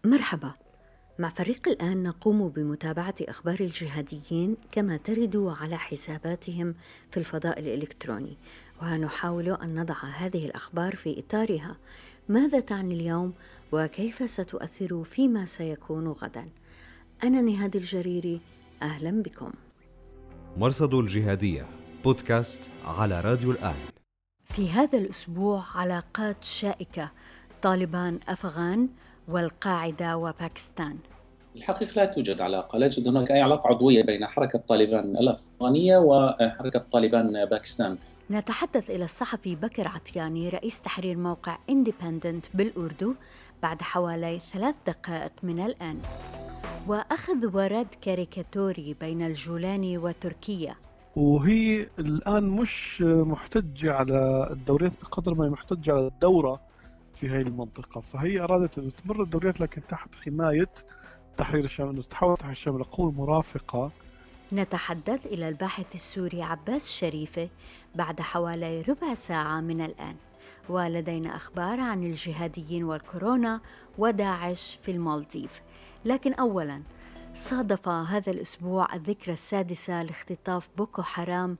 مرحبا. مع فريق الآن نقوم بمتابعة أخبار الجهاديين كما ترد على حساباتهم في الفضاء الإلكتروني، ونحاول أن نضع هذه الأخبار في إطارها. ماذا تعني اليوم وكيف ستؤثر فيما سيكون غدا؟ أنا نهاد الجريري، أهلا بكم. مرصد الجهادية بودكاست على راديو الآن. في هذا الأسبوع علاقات شائكة، طالبان أفغان والقاعدة وباكستان. الحقيقة لا توجد علاقة، لا توجد هناك أي علاقة عضوية بين حركة طالبان الأفغانية وحركة طالبان باكستان. نتحدث إلى الصحفي بكر عطياني رئيس تحرير موقع إنديبندنت بالأردو بعد حوالي 3 دقائق من الآن. وأخذ ورد كاريكاتوري بين الجولان وتركيا، وهي الآن مش محتجة على الدوريات بقدر ما هي محتجة على الدورة في هذه المنطقة، فهي أرادت أن تمر الدوريات لكن تحت حماية تحرير الشام، أنه تحول تحرير الشام لقوة مرافقة. نتحدث إلى الباحث السوري عباس شريفة بعد حوالي ربع ساعة من الآن. ولدينا أخبار عن الجهاديين والكورونا وداعش في المالديف. لكن أولاً، صادف هذا الأسبوع الذكرى السادسة لاختطاف بوكو حرام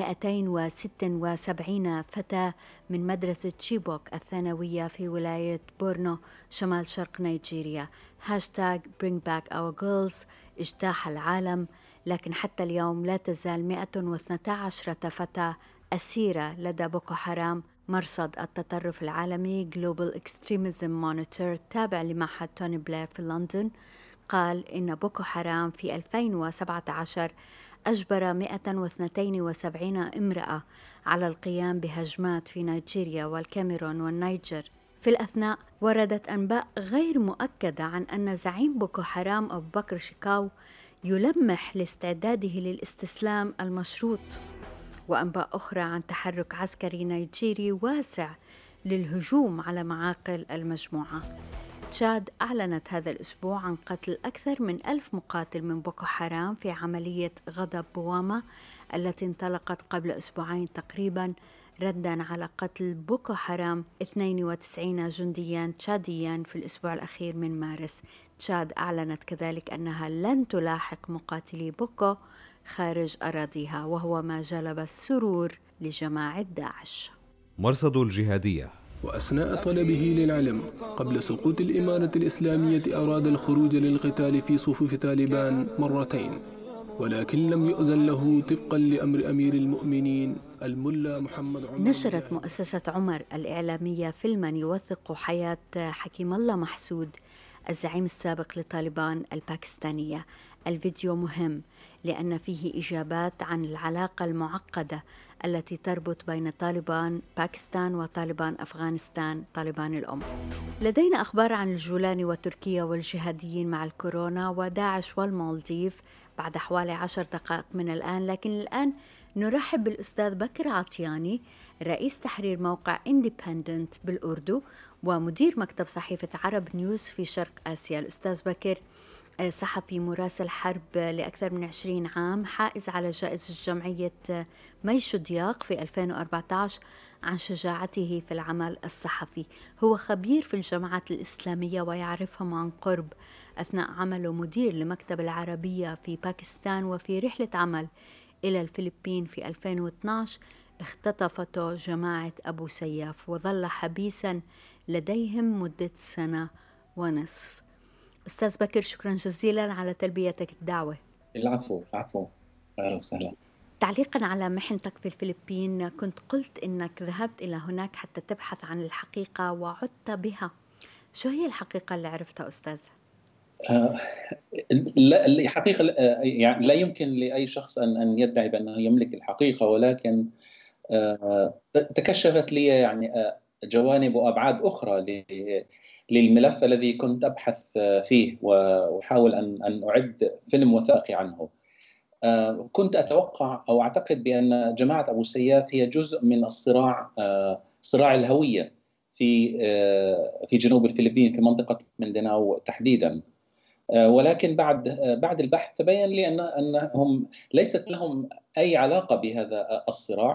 276 فتاة من مدرسة تشيبوك الثانوية في ولاية بورنو شمال شرق نيجيريا. هاشتاغ Bring Back Our Girls اجتاح العالم، لكن حتى اليوم لا تزال 112 فتاة أسيرة لدى بوكو حرام. مرصد التطرف العالمي Global Extremism Monitor تابع لمعهد توني بلير في لندن قال إن بوكو حرام في 2017 أجبر 172 امرأة على القيام بهجمات في نيجيريا والكاميرون والنيجر. في الأثناء وردت أنباء غير مؤكدة عن أن زعيم بوكو حرام أبو بكر شيكاو يلمح لاستعداده للاستسلام المشروط، وأنباء أخرى عن تحرك عسكري نيجيري واسع للهجوم على معاقل المجموعة. تشاد أعلنت هذا الأسبوع عن قتل أكثر من 1000 مقاتل من بوكو حرام في عملية غضب بواما التي انطلقت قبل أسبوعين تقريباً، رداً على قتل بوكو حرام 92 جندياً تشادياً في الأسبوع الأخير من مارس. تشاد أعلنت كذلك أنها لن تلاحق مقاتلي بوكو خارج أراضيها، وهو ما جلب السرور لجماعة داعش. مرصد الجهادية. وأثناء طلبه للعلم قبل سقوط الإمارة الإسلامية أراد الخروج للقتال في صفوف طالبان مرتين، ولكن لم يؤذن له طبقا لأمر أمير المؤمنين الملا محمد عمر. نشرت مؤسسة عمر الإعلامية فيلما يوثق حياة حكيم الله محسود الزعيم السابق لطالبان الباكستانية. الفيديو مهم لأن فيه إجابات عن العلاقة المعقدة التي تربط بين طالبان باكستان وطالبان أفغانستان طالبان الأم. لدينا أخبار عن الجولان وتركيا والجهاديين مع الكورونا وداعش والمالديف بعد حوالي 10 دقائق من الآن. لكن الآن نرحب بالأستاذ بكر عطياني رئيس تحرير موقع إنديبندنت بالأردو ومدير مكتب صحيفة عرب نيوز في شرق آسيا. الأستاذ بكر صحفي مراسل حرب لأكثر من 20 عام، حائز على جائزة جمعية ميشو دياق في 2014 عن شجاعته في العمل الصحفي. هو خبير في الجماعات الإسلامية ويعرفهم عن قرب أثناء عمله مدير لمكتب العربية في باكستان، وفي رحلة عمل إلى الفلبين في 2012 اختطفته جماعة أبو سياف وظل حبيساً لديهم مدة 1.5 سنة. أستاذ بكر، شكراً جزيلاً على تلبيتك الدعوة. العفو، أهلا وسهلا. تعليقاً على محنتك في الفلبين، كنت قلت إنك ذهبت إلى هناك حتى تبحث عن الحقيقة وعدت بها. شو هي الحقيقة اللي عرفتها أستاذ؟ لا، الحقيقة يعني لا يمكن لأي شخص أن يدعي بأنه يملك الحقيقة، ولكن تكشفت لي يعني جوانب وأبعاد أخرى للملف الذي كنت أبحث فيه وأحاول أن أعد فيلم وثائقي عنه. كنت أتوقع أو أعتقد بأن جماعة أبو سياف هي جزء من صراع الهوية في جنوب الفلبين في منطقة مينداناو تحديدا. ولكن بعد البحث تبين لي أنهم ليست لهم أي علاقة بهذا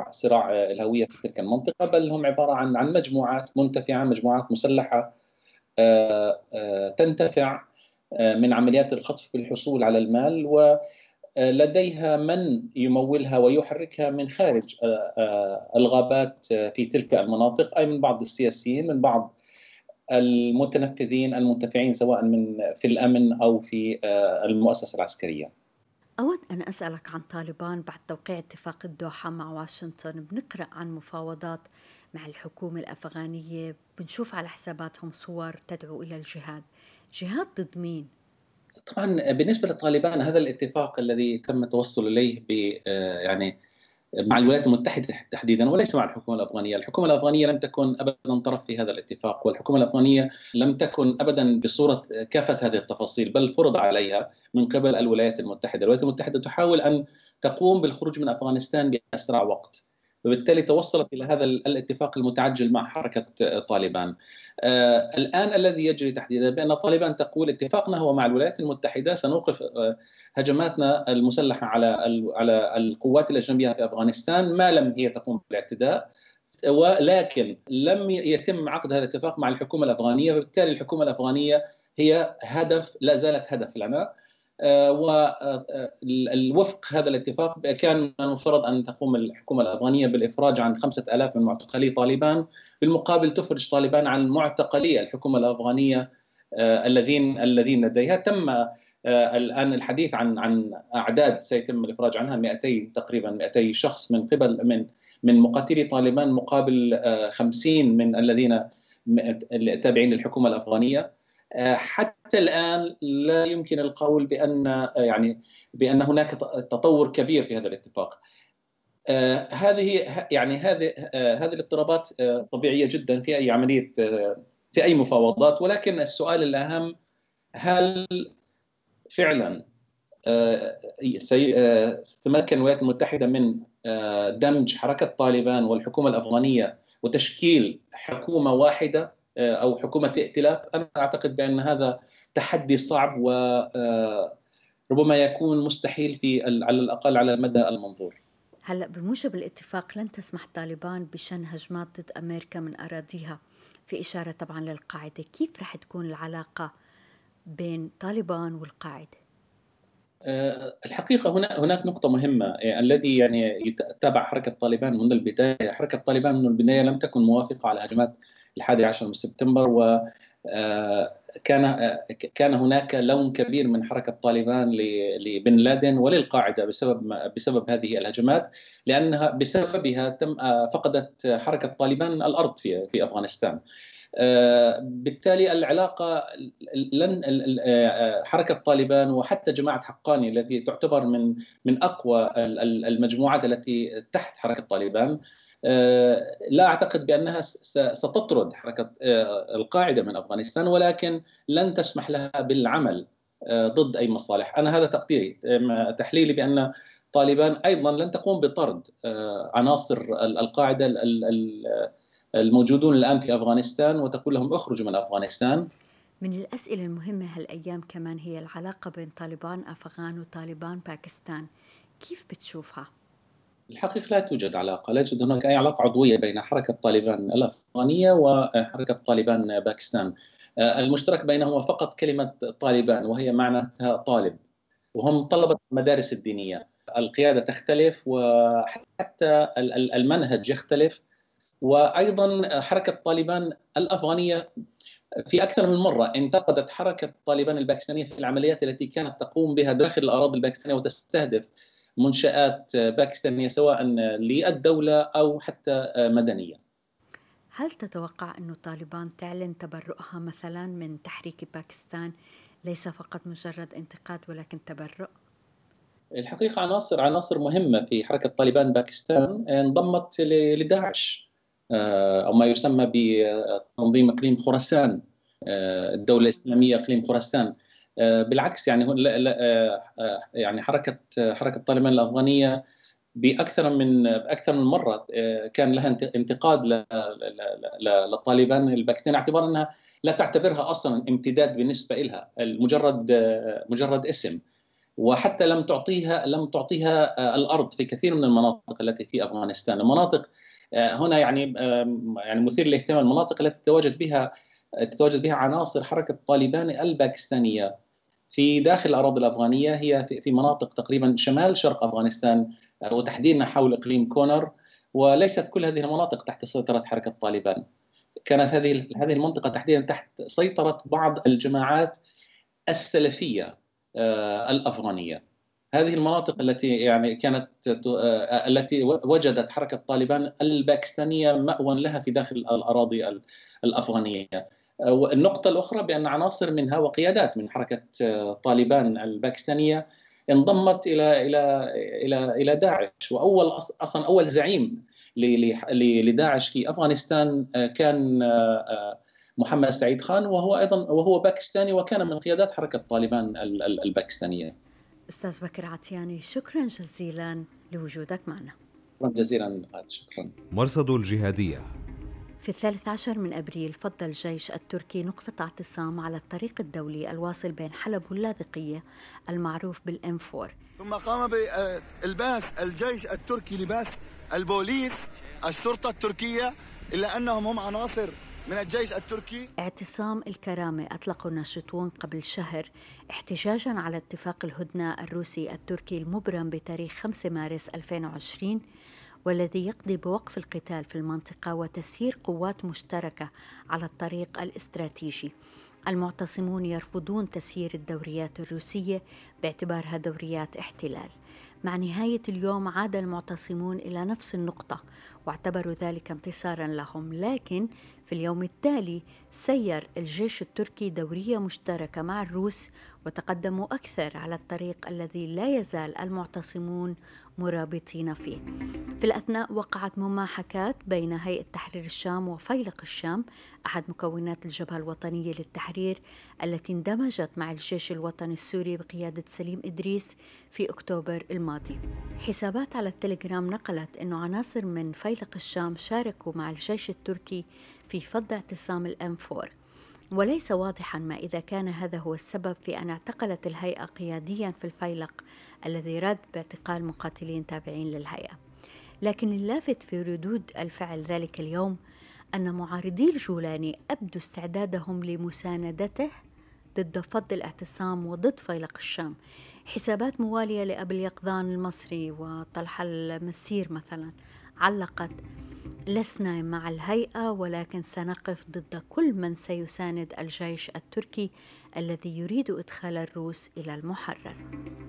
صراع الهوية في تلك المنطقة، بل هم عبارة عن مجموعات منتفعة، مجموعات مسلحة تنتفع من عمليات الخطف بالحصول على المال، ولديها من يمولها ويحركها من خارج الغابات في تلك المناطق، أي من بعض السياسيين، من بعض المتنفذين المنتفعين سواء في الأمن أو في المؤسسة العسكرية. أود أن أسألك عن طالبان. بعد توقيع اتفاق الدوحة مع واشنطن بنقرأ عن مفاوضات مع الحكومة الأفغانية، بنشوف على حساباتهم صور تدعو إلى الجهاد. جهاد ضد مين؟ طبعا بالنسبة للطالبان هذا الاتفاق الذي تم التوصل إليه يعني مع الولايات المتحدة تحديدا، وليس مع الحكومة الأفغانية. الحكومة الأفغانية لم تكن أبدا طرف في هذا الاتفاق، والحكومة الأفغانية لم تكن أبدا بصورة كافة هذه التفاصيل، بل فرض عليها من قبل الولايات المتحدة. الولايات المتحدة تحاول أن تقوم بالخروج من أفغانستان بأسرع وقت، وبالتالي توصلت إلى هذا الاتفاق المتعجل مع حركة طالبان. الآن الذي يجري تحديدا بأن طالبان تقول اتفاقنا هو مع الولايات المتحدة، سنوقف هجماتنا المسلحة على القوات الأجنبية في أفغانستان ما لم هي تقوم بالاعتداء، ولكن لم يتم عقد هذا الاتفاق مع الحكومة الأفغانية، وبالتالي الحكومة الأفغانية هي هدف، لا زالت هدف لنا. والوفق هذا الاتفاق كان المفترض أن تقوم الحكومة الأفغانية بالإفراج عن 5000 من معتقلي طالبان، بالمقابل تفرج طالبان عن معتقلي الحكومة الأفغانية الذين لديها. تم الآن الحديث عن أعداد سيتم الإفراج عنها، 200 تقريبا 200 شخص من قبل من مقاتلي طالبان، مقابل 50 من الذين تابعين للحكومة الأفغانية. حتى الآن لا يمكن القول بأن هناك تطور كبير في هذا الاتفاق. هذه الاضطرابات طبيعية جدا في أي عملية، في أي مفاوضات، ولكن السؤال الأهم: هل فعلا ستتمكن الولايات المتحدة من دمج حركة طالبان والحكومة الأفغانية وتشكيل حكومة واحدة أو حكومة ائتلاف؟ أنا أعتقد بأن هذا تحدي صعب وربما يكون مستحيل على الأقل على المدى المنظور. هلأ بموجب الاتفاق لن تسمح طالبان بشن هجمات ضد أمريكا من أراضيها، في إشارة طبعا للقاعدة. كيف رح تكون العلاقة بين طالبان والقاعدة؟ الحقيقة هناك نقطة مهمة. الذي يتابع حركة طالبان منذ البداية، حركة طالبان منذ البداية لم تكن موافقة على هجمات 11 من سبتمبر، وكان هناك لوم كبير من حركة طالبان لبن لادن وللقاعدة بسبب هذه الهجمات، لأنها بسببها فقدت حركة طالبان الأرض في أفغانستان. بالتالي العلاقة حركة طالبان وحتى جماعة حقاني التي تعتبر من أقوى المجموعات التي تحت حركة طالبان، لا أعتقد بأنها ستطرد حركة القاعدة من أفغانستان، ولكن لن تسمح لها بالعمل ضد أي مصالح. أنا هذا تقديري، تحليلي بأن طالبان أيضا لن تقوم بطرد عناصر القاعدة الموجودون الآن في أفغانستان وتقول لهم اخرجوا من أفغانستان. من الأسئلة المهمة هالأيام كمان هي العلاقة بين طالبان أفغان وطالبان باكستان. كيف بتشوفها؟ الحقيقة لا توجد علاقة، لا يوجد هناك أي علاقة عضوية بين حركة طالبان الأفغانية وحركة طالبان باكستان. المشترك بينهما فقط كلمة طالبان، وهي معناتها طالب، وهم طلبة المدارس الدينية. القيادة تختلف وحتى المنهج يختلف. وأيضا حركة طالبان الأفغانية في أكثر من مرة انتقدت حركة طالبان الباكستانية في العمليات التي كانت تقوم بها داخل الأراضي الباكستانية وتستهدف منشآت باكستانية سواء للدولة أو حتى مدنية. هل تتوقع أن طالبان تعلن تبرؤها مثلا من تحريك باكستان، ليس فقط مجرد انتقاد ولكن تبرؤ؟ الحقيقة عناصر مهمة في حركة طالبان باكستان انضمت لداعش، أو ما يسمى بتنظيم إقليم خراسان، الدولة الإسلامية إقليم خراسان. بالعكس حركة طالبان الأفغانية بأكثر من مرة كان لها انتقاد للطالبان الباكستانية، اعتبار أنها لا تعتبرها أصلا امتداد بالنسبة لها، مجرد اسم، وحتى لم تعطيها الأرض في كثير من المناطق التي في أفغانستان. المناطق هنا مثير للاهتمام، المناطق التي تواجد بها تتواجد بها عناصر حركة طالبان الباكستانية في داخل الأراضي الأفغانية، هي في مناطق تقريبا شمال شرق أفغانستان وتحديدا حول إقليم كونر، وليست كل هذه المناطق تحت سيطرة حركة طالبان. كانت هذه المنطقة تحديدا تحت سيطرة بعض الجماعات السلفية الأفغانية. هذه المناطق التي يعني كانت التي وجدت حركة طالبان الباكستانية مأوى لها في داخل الأراضي الأفغانية. النقطة الأخرى بأن عناصر منها وقيادات من حركة طالبان الباكستانية انضمت إلى داعش، وأول أصلا أول زعيم لداعش في أفغانستان كان محمد سعيد خان، وهو باكستاني وكان من قيادات حركة طالبان الباكستانية. أستاذ بكر عطياني، شكرا جزيلا لوجودك معنا. شكرا جزيلا. شكرا. مرصد الجهادية. في 13 من أبريل فض الجيش التركي نقطة اعتصام على الطريق الدولي الواصل بين حلب واللاذقية المعروف بالM4. ثم قام بإلباس الجيش التركي لباس البوليس الشرطة التركية، إلا أنهم هم عناصر من الجيش التركي. اعتصام الكرامة أطلقوا الناشطون قبل شهر احتجاجاً على اتفاق الهدنة الروسي التركي المبرم بتاريخ 5 مارس 2020، والذي يقضي بوقف القتال في المنطقة وتسيير قوات مشتركة على الطريق الاستراتيجي. المعتصمون يرفضون تسيير الدوريات الروسية باعتبارها دوريات احتلال. مع نهاية اليوم عاد المعتصمون إلى نفس النقطة واعتبروا ذلك انتصاراً لهم، لكن في اليوم التالي سير الجيش التركي دورية مشتركة مع الروس وتقدموا أكثر على الطريق الذي لا يزال المعتصمون مرابطين فيه. في الأثناء وقعت مماحكات بين هيئة تحرير الشام وفيلق الشام، أحد مكونات الجبهة الوطنية للتحرير التي اندمجت مع الجيش الوطني السوري بقيادة سليم إدريس في أكتوبر الماضي. حسابات على التليجرام نقلت أن عناصر من فيلق الشام شاركوا مع الجيش التركي في فض اعتصام الM4، وليس واضحا ما إذا كان هذا هو السبب في أن اعتقلت الهيئة قياديا في الفيلق الذي رد باعتقال مقاتلين تابعين للهيئة. لكن اللافت في ردود الفعل ذلك اليوم أن معارضي الجولاني أبدوا استعدادهم لمساندته ضد فض الاعتصام وضد فيلق الشام. حسابات موالية لأبي اليقظان المصري وطلحة المسير مثلا علقت: لسنا مع الهيئة ولكن سنقف ضد كل من سيساند الجيش التركي الذي يريد إدخال الروس إلى المحرر.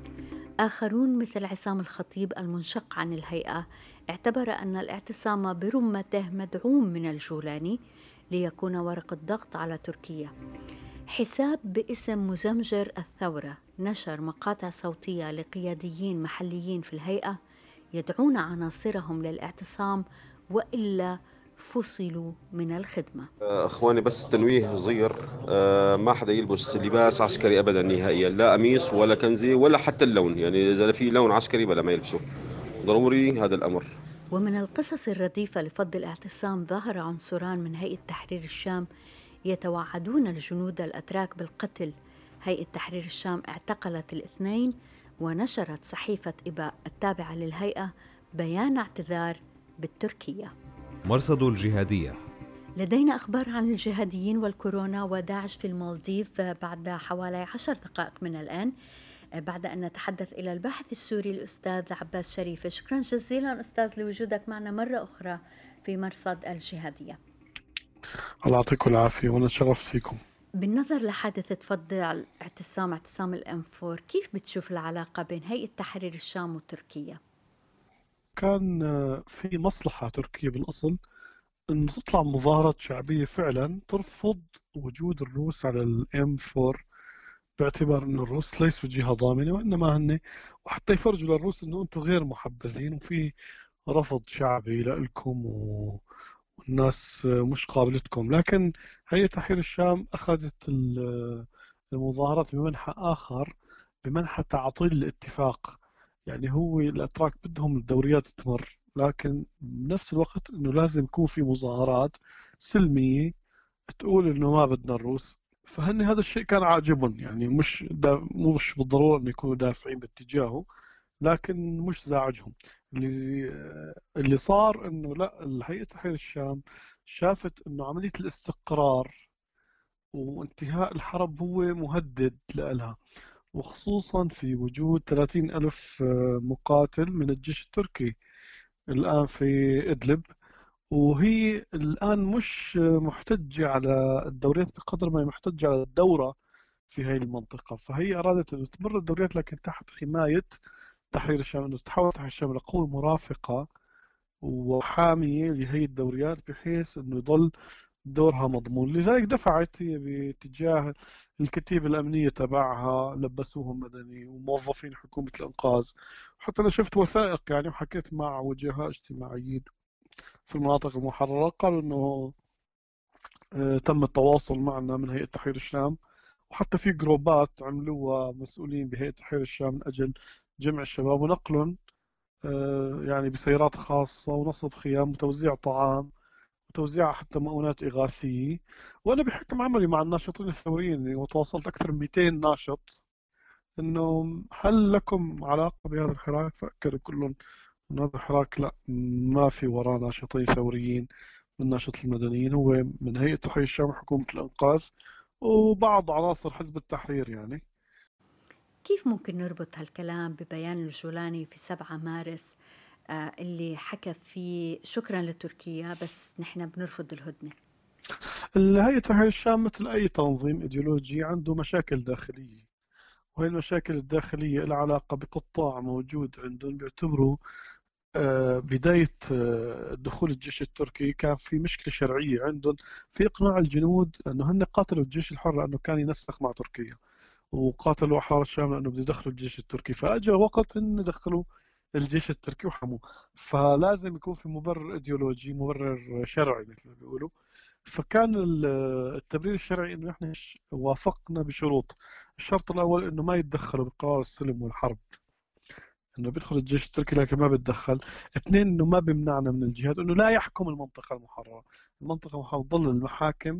آخرون مثل عصام الخطيب المنشق عن الهيئة اعتبر أن الاعتصام برمته مدعوم من الجولاني ليكون ورق الضغط على تركيا. حساب باسم مزمجر الثورة نشر مقاطع صوتية لقياديين محليين في الهيئة يدعون عناصرهم للاعتصام وإلا فصلوا من الخدمة. أخواني بس تنويه صغير، ما حدا يلبس لباس عسكري أبدا نهائيا، لا قميص ولا كنزة ولا حتى اللون، يعني إذا في لون عسكري بلا ما يلبسه، ضروري هذا الأمر. ومن القصص الرديفة لفض الاعتصام ظهر عنصران من هيئة تحرير الشام يتوعدون الجنود الأتراك بالقتل. هيئة تحرير الشام اعتقلت الاثنين، ونشرت صحيفة إباء التابعة للهيئة بيان اعتذار بالتركية. مرصد الجهادية. لدينا أخبار عن الجهاديين والكورونا وداعش في المالديف بعد حوالي 10 دقائق من الآن، بعد أن نتحدث إلى الباحث السوري الأستاذ عباس شريفة. شكرا جزيلا أستاذ لوجودك معنا مرة أخرى في مرصد الجهادية. الله يعطيكم العافية وأنا تشرفت فيكم. بالنظر لحادثة فض اعتصام الM4، كيف بتشوف العلاقة بين هيئة تحرير الشام وتركيا؟ كان في مصلحة تركية بالأصل أن تطلع مظاهرات شعبية فعلا ترفض وجود الروس على الM4، باعتبار أن الروس ليسوا جهة ضامنة وإنما هن، وحتى يفرجوا للروس أنه أنتم غير محبذين وفي رفض شعبي لكم والناس مش قابلتكم. لكن هيئة تحرير الشام أخذت المظاهرات بمنحى آخر، بمنحى تعطيل الاتفاق. يعني هو الأتراك بدهم الدوريات تمر، لكن بنفس الوقت إنه لازم يكون في مظاهرات سلمية تقول إنه ما بدنا الروس. فهن هذا الشيء كان عاجبهم، يعني مش بالضرورة إنه يكونوا دافعين باتجاهه، لكن مش زعجهم. اللي صار إنه لا، الهيئة تحرير الشام شافت إنه عملية الاستقرار وانتهاء الحرب هو مهدد لها، وخصوصا في وجود 30 ألف مقاتل من الجيش التركي الآن في إدلب. وهي الآن مش محتجة على الدوريات بقدر ما هي محتجة على الدورة في هاي المنطقة. فهي أرادت أن تمر الدوريات لكن تحت حماية تحرير الشام، أنه تحول تحرير الشام لقوة مرافقة وحامية لهي الدوريات بحيث أنه يضل دورها مضمون. لذلك دفعت هي باتجاه الكتيبة الأمنية تبعها، لبسوهم مدني وموظفين حكومة الإنقاذ. حتى أنا شفت وثائق يعني وحكيت مع وجهاء اجتماعيين في المناطق المحررة، قالوا أنه تم التواصل معنا من هيئة تحرير الشام، وحتى في جروبات عملوها مسؤولين بهيئة تحرير الشام من أجل جمع الشباب ونقلهم يعني بسيارات خاصة ونصب خيام وتوزيع طعام وتوزيع حتى مؤونات إغاثية. وأنا بحكم عملي مع الناشطين الثوريين يعني وتواصلت أكثر من 200 ناشط إنه هل لكم علاقة بهذا الحراك؟ فأكدوا كلهم إنه هذا الحراك لا، ما في وراه ناشطين ثوريين من الناشط المدنيين، هو من هيئة تحرير الشام حكومة الإنقاذ وبعض عناصر حزب التحرير. يعني كيف ممكن نربط هالكلام ببيان الجولاني في 7 مارس اللي حكى فيه شكرا لتركيا بس نحن بنرفض الهدنة؟ هيئة تحرير الشام مثل أي تنظيم إيديولوجي عنده مشاكل داخلية، وهي المشاكل الداخلية لها علاقة بقطاع موجود عندهم بيعتبروا بداية دخول الجيش التركي كان في مشكلة شرعية عندهم في إقناع الجنود أنه هن قاتلوا الجيش الحر لأنه كان ينسق مع تركيا، وقاتلوا أحرار الشام لأنه بده يدخلوا الجيش التركي، فأجا وقت إن دخلوا الجيش التركي وحموه. فلازم يكون في مبرر إيديولوجي، مبرر شرعي مثل ما بيقولوا. فكان التبرير الشرعي إنه إحنا وافقنا بشروط. الشرط الأول إنه ما يتدخلوا بقرار السلم والحرب، إنه بيدخل الجيش التركي لكن ما بيتدخل. اثنين، إنه ما بيمنعنا من الجهاد، إنه لا يحكم المنطقة المحررة. المنطقة المحررة تظل المحاكم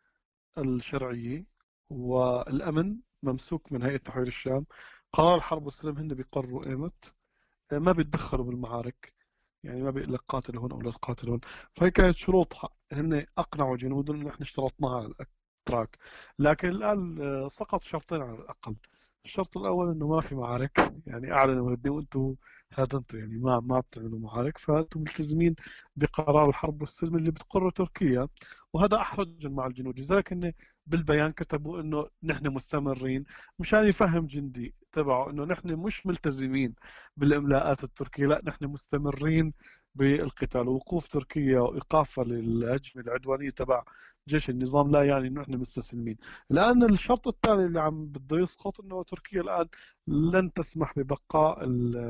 الشرعية والأمن ممسوك من هيئة تحرير الشام. قرار الحرب والسلم هن بيقرروا إيمت، ما بيتدخلوا بالمعارك، يعني ما بيقول لك قاتل هون أو لا تقاتل هون. فهي كانت شروطها، هن أقنعوا جنودهم إنه إحنا اشترطناها على الأتراك. لكن الآن سقط شرطين على الأقل. الشرط الأول إنه ما في معارك، يعني أعلنوا هدنة وأنتم هادنتوا يعني ما بتعملوا معارك، فأنتم ملتزمين بقرار الحرب والسلم اللي بتقره تركيا. وهذا أحرج مع الجنود، لذلك إن بالبيان كتبوا إنه نحن مستمرين مشان يفهم جندي تبعه إنه نحن مش ملتزمين بالإملاءات التركية، لا نحن مستمرين بالقتال. ووقوف تركيا وإيقافها للهجمة العدوانية تبع جيش النظام لا يعني إنه إحنا مستسلمين. الآن الشرط الثاني اللي عم بده يسقط إنه تركيا الآن لن تسمح ببقاء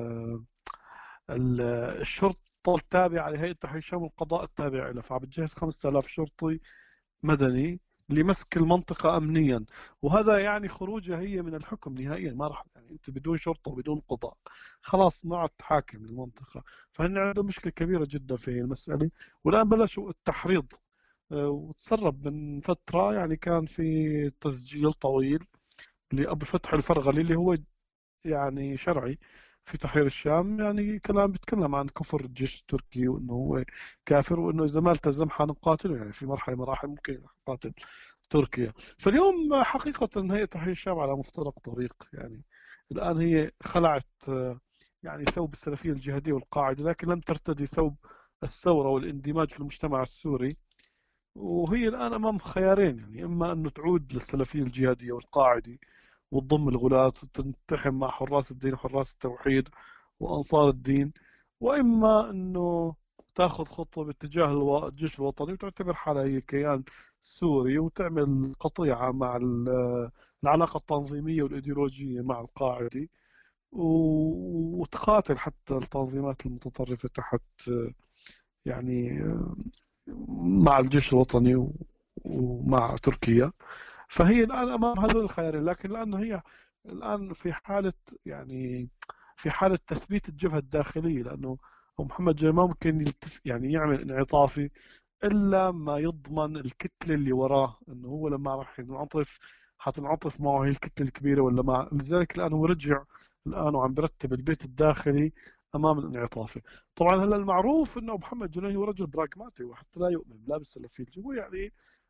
الشرطة التابعة لهيئة تحرير الشام والقضاء التابع لها، فعم بتجهز 5000 شرطي مدني لمسك المنطقة أمنيا. وهذا يعني خروجها هي من الحكم نهائيا، ما راح يعني أنت بدون شرطة وبدون قضاء خلاص ما عاد تحاكم المنطقة. فهن عندهم مشكلة كبيرة جدا في هي المسألة. والآن بلشوا التحريض وتسرب من فترة، يعني كان في تسجيل طويل لأبو فتح الفرغلي اللي هو يعني شرعي في تحرير الشام، يعني كلام بيتكلم عن كفر الجيش التركي وانه هو كافر، وانه اذا ما التزم حنقاتله، يعني في مرحله مراحل ممكن نقاتل تركيا. فاليوم حقيقه هي تحرير الشام على مفترق طريق. يعني الان هي خلعت يعني ثوب السلفيه الجهاديه والقاعده، لكن لم ترتدي ثوب الثوره والاندماج في المجتمع السوري. وهي الان امام خيارين، يعني اما انه تعود للسلفيه الجهاديه والقاعده وتضم الغلاة وتلتحم مع حراس الدين وحراس التوحيد وأنصار الدين، وإما أنه تاخذ خطوة باتجاه الجيش الوطني وتعتبر حالها هي كيان سوري وتعمل قطيعة مع العلاقة التنظيمية والإيديولوجية مع القاعدة، وتقاتل حتى التنظيمات المتطرفة تحت يعني مع الجيش الوطني ومع تركيا. فهي الآن أمام هذول الخيارين، لكن لأنه هي الآن في حالة يعني في حالة تثبيت الجبهة الداخلية، لأنه محمد جاي ما ممكن يعني يعمل انعطافي إلا ما يضمن الكتلة اللي وراه، إنه هو لما راح ينعطف حتنعطف معه هي الكتلة الكبيرة ولا ما. لذلك الآن هو رجع الآن وعم برتب البيت الداخلي أمام الانعطافي. طبعا هلا المعروف إنه محمد جنيه هو رجل براغماتي وحتى لا يؤمن لا بالسلفية، هو يعني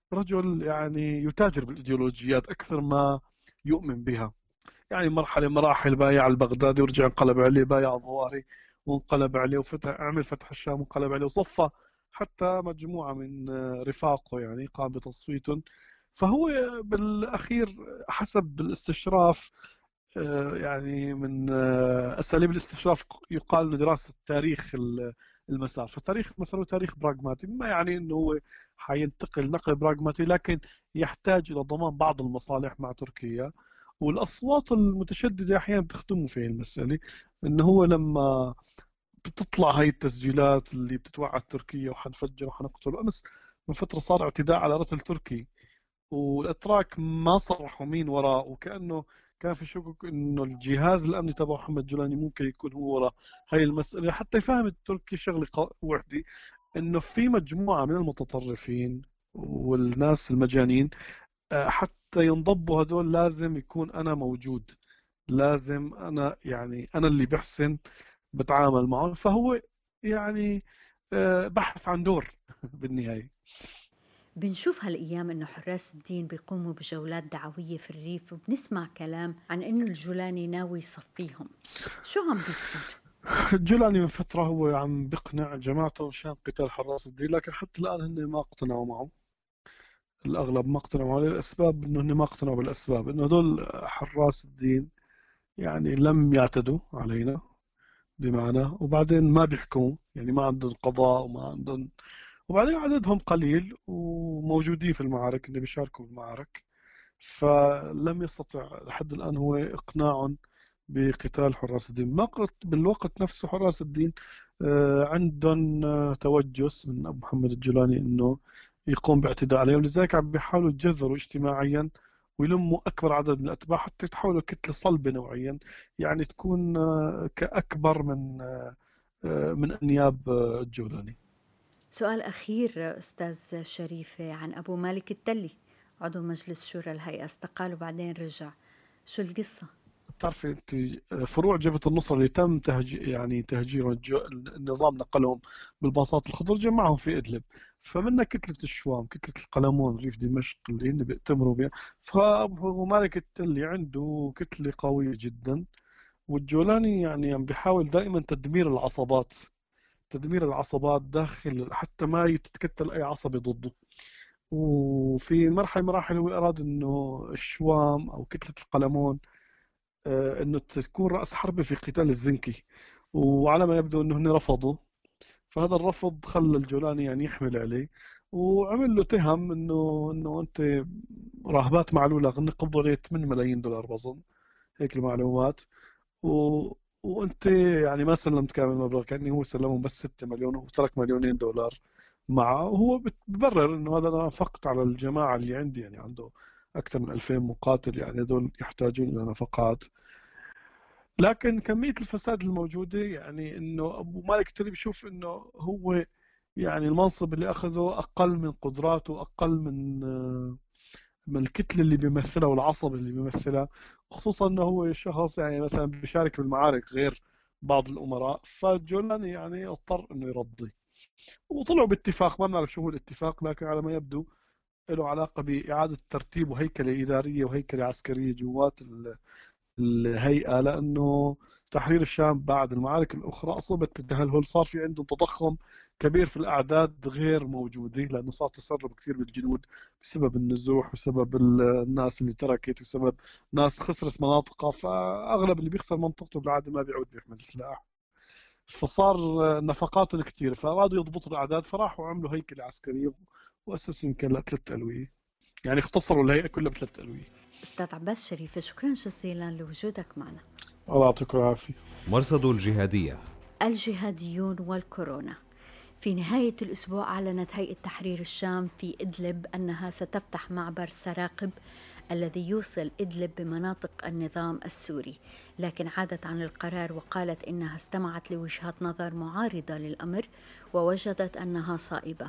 رجل يعني يتاجر بالإيديولوجيات أكثر ما يؤمن بها. يعني مراحل بايع البغدادي ورجع انقلب عليه، بايع الظواهري وانقلب عليه، عمل فتح الشام وانقلب عليه، وصفى حتى مجموعة من رفاقه يعني قام بتصفيتهم. فهو بالأخير حسب الاستشراف، يعني من أساليب الاستشراف يقال أنه دراسة تاريخ المسار. فتاريخ المسار هو تاريخ براغماتي، ما يعني أنه هو حينتقل نقل براغماتي، لكن يحتاج إلى ضمان بعض المصالح مع تركيا. والأصوات المتشددة أحيانا بتخدموا في المسألة، أنه هو لما بتطلع هاي التسجيلات اللي بتتوعد تركيا وحنفجر وحنقتل. أمس من فترة صار اعتداء على رتل تركي، والاتراك ما صرحوا مين وراء، وكانه كان في شكوك انه الجهاز الامني تبع محمد جولاني ممكن يكون هو وراء هاي المساله، حتى يفهم التركي شغله وحده، انه في مجموعه من المتطرفين والناس المجانين، حتى ينضبوا هدول لازم يكون انا موجود، لازم انا يعني انا اللي بحسن بتعامل معهم. فهو يعني بحث عن دور بالنهايه. بنشوف هالأيام إنه حراس الدين بيقوموا بجولات دعوية في الريف، وبنسمع كلام عن إنه الجولاني ناوي يصفيهم. شو عم بيصير؟ الجولاني من فترة هو عم بقنع جماعته مشان قتال حراس الدين، لكن حتى الآن هن ما اقتنعوا معه. الأغلب ما اقتنعوا معه للأسباب إنه هن ما اقتنعوا بالأسباب، إنه هدول حراس الدين يعني لم يعتدوا علينا بمعنى، وبعدين ما بيحكموا، يعني ما عندهم قضاء وما عندهم، وبعدين عددهم قليل وموجودين في المعارك، اللي بيشاركوا بالمعارك. فلم يستطع لحد الآن هو إقناعهم بقتال حراس الدين. بالوقت نفسه حراس الدين عندهم توجس من أبو محمد الجولاني إنه يقوم باعتداء عليهم، لذلك عم بيحاولوا يتجذروا اجتماعيا ويلموا أكبر عدد من الأتباع حتى يتحولوا كتلة صلبة نوعيا، يعني تكون كأكبر من أنياب الجولاني. سؤال أخير أستاذ شريفة عن أبو مالك التلي، عضو مجلس شورى الهيئة، استقال وبعدين رجع، شو القصة؟ بتعرفي انت فروع جبهة النصرة اللي تم تهجيرهم، النظام نقلهم بالباصات الخضر جمعهم في إدلب، فمنا كتلة الشوام، كتلة القلمون، ريف دمشق اللي هن بيأتمروا بها. فأبو مالك التلي عنده كتلة قوية جدا، والجولاني يعني عم بيحاول دائما تدمير العصبات داخل حتى ما تتكتل أي عصبة ضده. وفي مرحلة مراحل هو أراد إنه الشوام أو كتلة القلمون انه تكون رأس حربة في قتال الزنكي، وعلى ما يبدو انه هن رفضوا. فهذا الرفض خلى الجولاني يعني يحمل عليه، وعمل له تهم انه انت راهبات معلولة، غني قبضوا عليه 8 ملايين دولار بظن، هيك المعلومات. و... وانت يعني ما سلمت كامل المبلغ، كأنه هو سلمهم بس 6 مليون وترك 2 مليون دولار معه، وهو ببرر انه هذا انا نفقت على الجماعة اللي عندي، يعني عنده اكثر من 2000 مقاتل، يعني هذول يحتاجون الى نفقات. لكن كمية الفساد الموجودة، يعني انه ابو مالك التلي بيشوف انه هو يعني المنصب اللي اخذه اقل من قدراته، اقل من الكتلة اللي بيمثلها والعصب اللي بيمثلها، خصوصا انه هو شخص يعني مثلا بيشارك بالمعارك غير بعض الامراء. فجولاني يعني اضطر انه يرضي، وطلعوا باتفاق، ما بنعرف شو هو الاتفاق، لكن على ما يبدو له علاقة بإعادة ترتيب وهيكلة إدارية وهيكلة عسكرية جوات الهيئة، لأنه تحرير الشام بعد المعارك الأخرى أصيبت بتهلهل، صار في عندهم تضخم كبير في الأعداد غير موجودة، لأنه صار تسرب كثير بالجنود بسبب النزوح، بسبب الناس اللي تركت، بسبب ناس خسرت مناطقها. فأغلب اللي بيخسر منطقته بالعادة ما بيعود بيحمل سلاح، فصار نفقاتهم كثير، فأرادوا يضبطوا الأعداد، فراحوا عملوا هيكلة عسكرية وأسسوا يمكن ل3 ألوية، يعني اختصروا الهيئة كلها ب3 ألوية. أستاذ عباس شريفة، شكرا جزيلا لوجودك معنا. الله يعطيكم العافية. مرصد الجهادية. الجهاديون والكورونا. في نهاية الأسبوع أعلنت هيئة تحرير الشام في إدلب أنها ستفتح معبر سراقب الذي يوصل إدلب بمناطق النظام السوري، لكن عادت عن القرار وقالت إنها استمعت لوجهات نظر معارضة للأمر ووجدت أنها صائبة.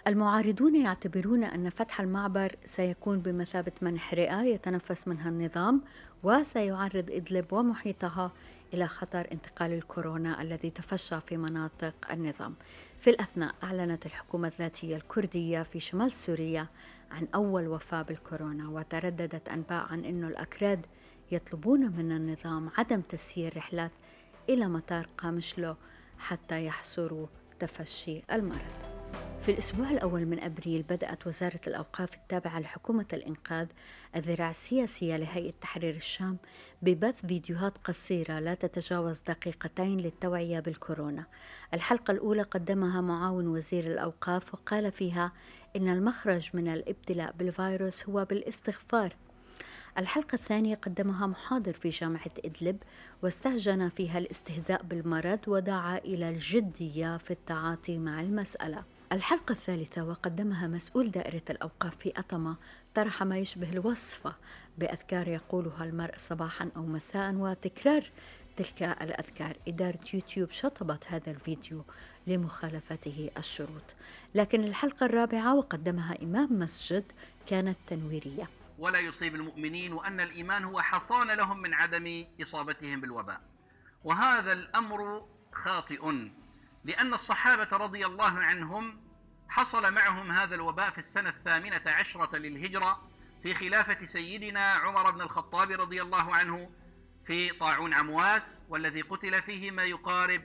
المعارضون يعتبرون أن فتح المعبر سيكون بمثابة منح رئة يتنفس منها النظام، وسيعرض إدلب ومحيطها إلى خطر انتقال الكورونا الذي تفشى في مناطق النظام. في الأثناء أعلنت الحكومة الذاتية الكردية في شمال سوريا عن أول وفاة بالكورونا، وترددت أنباء عن أن الأكراد يطلبون من النظام عدم تسيير رحلات إلى مطار قامشلو حتى يحصروا تفشي المرض. في الأسبوع الأول من أبريل بدأت وزارة الأوقاف التابعة لحكومة الإنقاذ الذراع السياسية لهيئة تحرير الشام ببث فيديوهات قصيرة لا تتجاوز دقيقتين للتوعية بالكورونا. الحلقة الأولى قدمها معاون وزير الأوقاف، وقال فيها إن المخرج من الابتلاء بالفيروس هو بالاستغفار. الحلقة الثانية قدمها محاضر في جامعة إدلب، واستهجن فيها الاستهزاء بالمرض ودعا إلى الجدية في التعاطي مع المسألة. الحلقة الثالثة وقدمها مسؤول دائرة الأوقاف في أطمة، طرح ما يشبه الوصفة بأذكار يقولها المرء صباحا أو مساء وتكرار تلك الأذكار. إدارة يوتيوب شطبت هذا الفيديو لمخالفته الشروط. لكن الحلقة الرابعة وقدمها إمام مسجد كانت تنويرية. ولا يصيب المؤمنين، وأن الإيمان هو حصان لهم من عدم إصابتهم بالوباء. وهذا الأمر خاطئ، لأن الصحابة رضي الله عنهم حصل معهم هذا الوباء في السنة 18 للهجرة في خلافة سيدنا عمر بن الخطاب رضي الله عنه في طاعون عمواس، والذي قتل فيه ما يقارب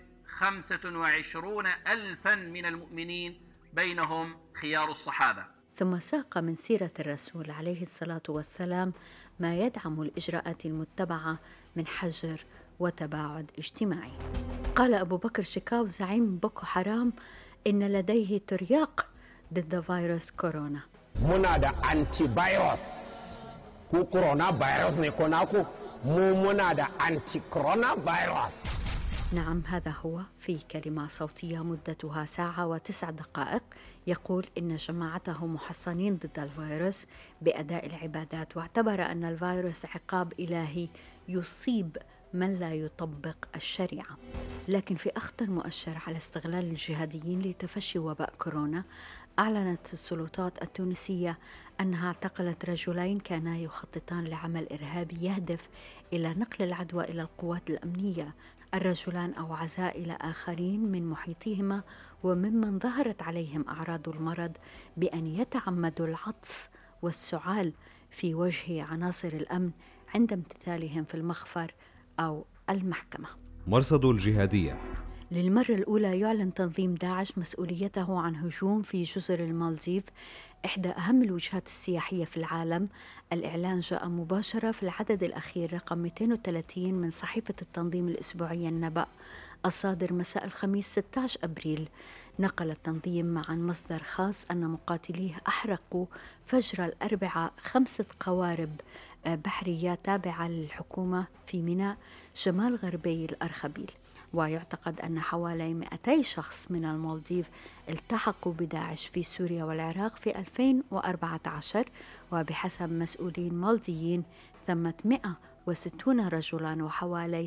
25,000 من المؤمنين، بينهم خيار الصحابة. ثم ساق من سيرة الرسول عليه الصلاة والسلام ما يدعم الإجراءات المتبعة من حجر وتباعد اجتماعي. قال أبو بكر شكاو زعيم بوكو حرام إن لديه ترياق ضد فيروس كورونا. منا دا أنتي فيروس كو كورونا فيروس نيكوناكو منا دا أنتي كورونا فيروس. نعم، هذا هو في كلمة صوتية مدتها 1:09 يقول إن جماعته محصنين ضد الفيروس بأداء العبادات، واعتبر أن الفيروس عقاب إلهي يصيب من لا يطبق الشريعة. لكن في أخطر مؤشر على استغلال الجهاديين لتفشي وباء كورونا، أعلنت السلطات التونسية أنها اعتقلت رجلين كانا يخططان لعمل إرهابي يهدف إلى نقل العدوى إلى القوات الأمنية. الرجلان أوعزا إلى آخرين من محيطهما وممن ظهرت عليهم أعراض المرض بأن يتعمدوا العطس والسعال في وجه عناصر الأمن عند امتثالهم في المخفر أو المحكمة. مرصد الجهادية. للمرة الأولى يعلن تنظيم داعش مسؤوليته عن هجوم في جزر المالديف، إحدى أهم الوجهات السياحية في العالم. الإعلان جاء مباشرة في العدد الأخير رقم 230 من صحيفة التنظيم الأسبوعية النبأ الصادر مساء الخميس 16 أبريل. نقل التنظيم عن مصدر خاص أن مقاتليه أحرقوا فجر الأربعاء 5 قوارب بحرية تابعة للحكومة في ميناء شمال غربي الأرخبيل. ويعتقد أن حوالي 200 شخص من المالديف التحقوا بداعش في سوريا والعراق في 2014، وبحسب مسؤولين مالديين ثمة 160 رجلاً وحوالي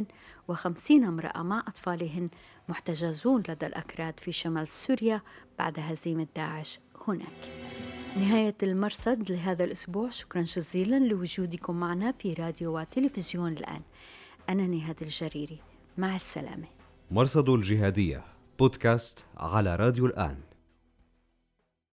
56 امرأة مع أطفالهن محتجزون لدى الأكراد في شمال سوريا بعد هزيمة داعش هناك. نهاية المرصد لهذا الأسبوع. شكراً جزيلاً لوجودكم معنا في راديو وتلفزيون الآن. أنا نهاد الجريري، مع السلامة. مرصد الجهادية بودكاست على راديو الآن.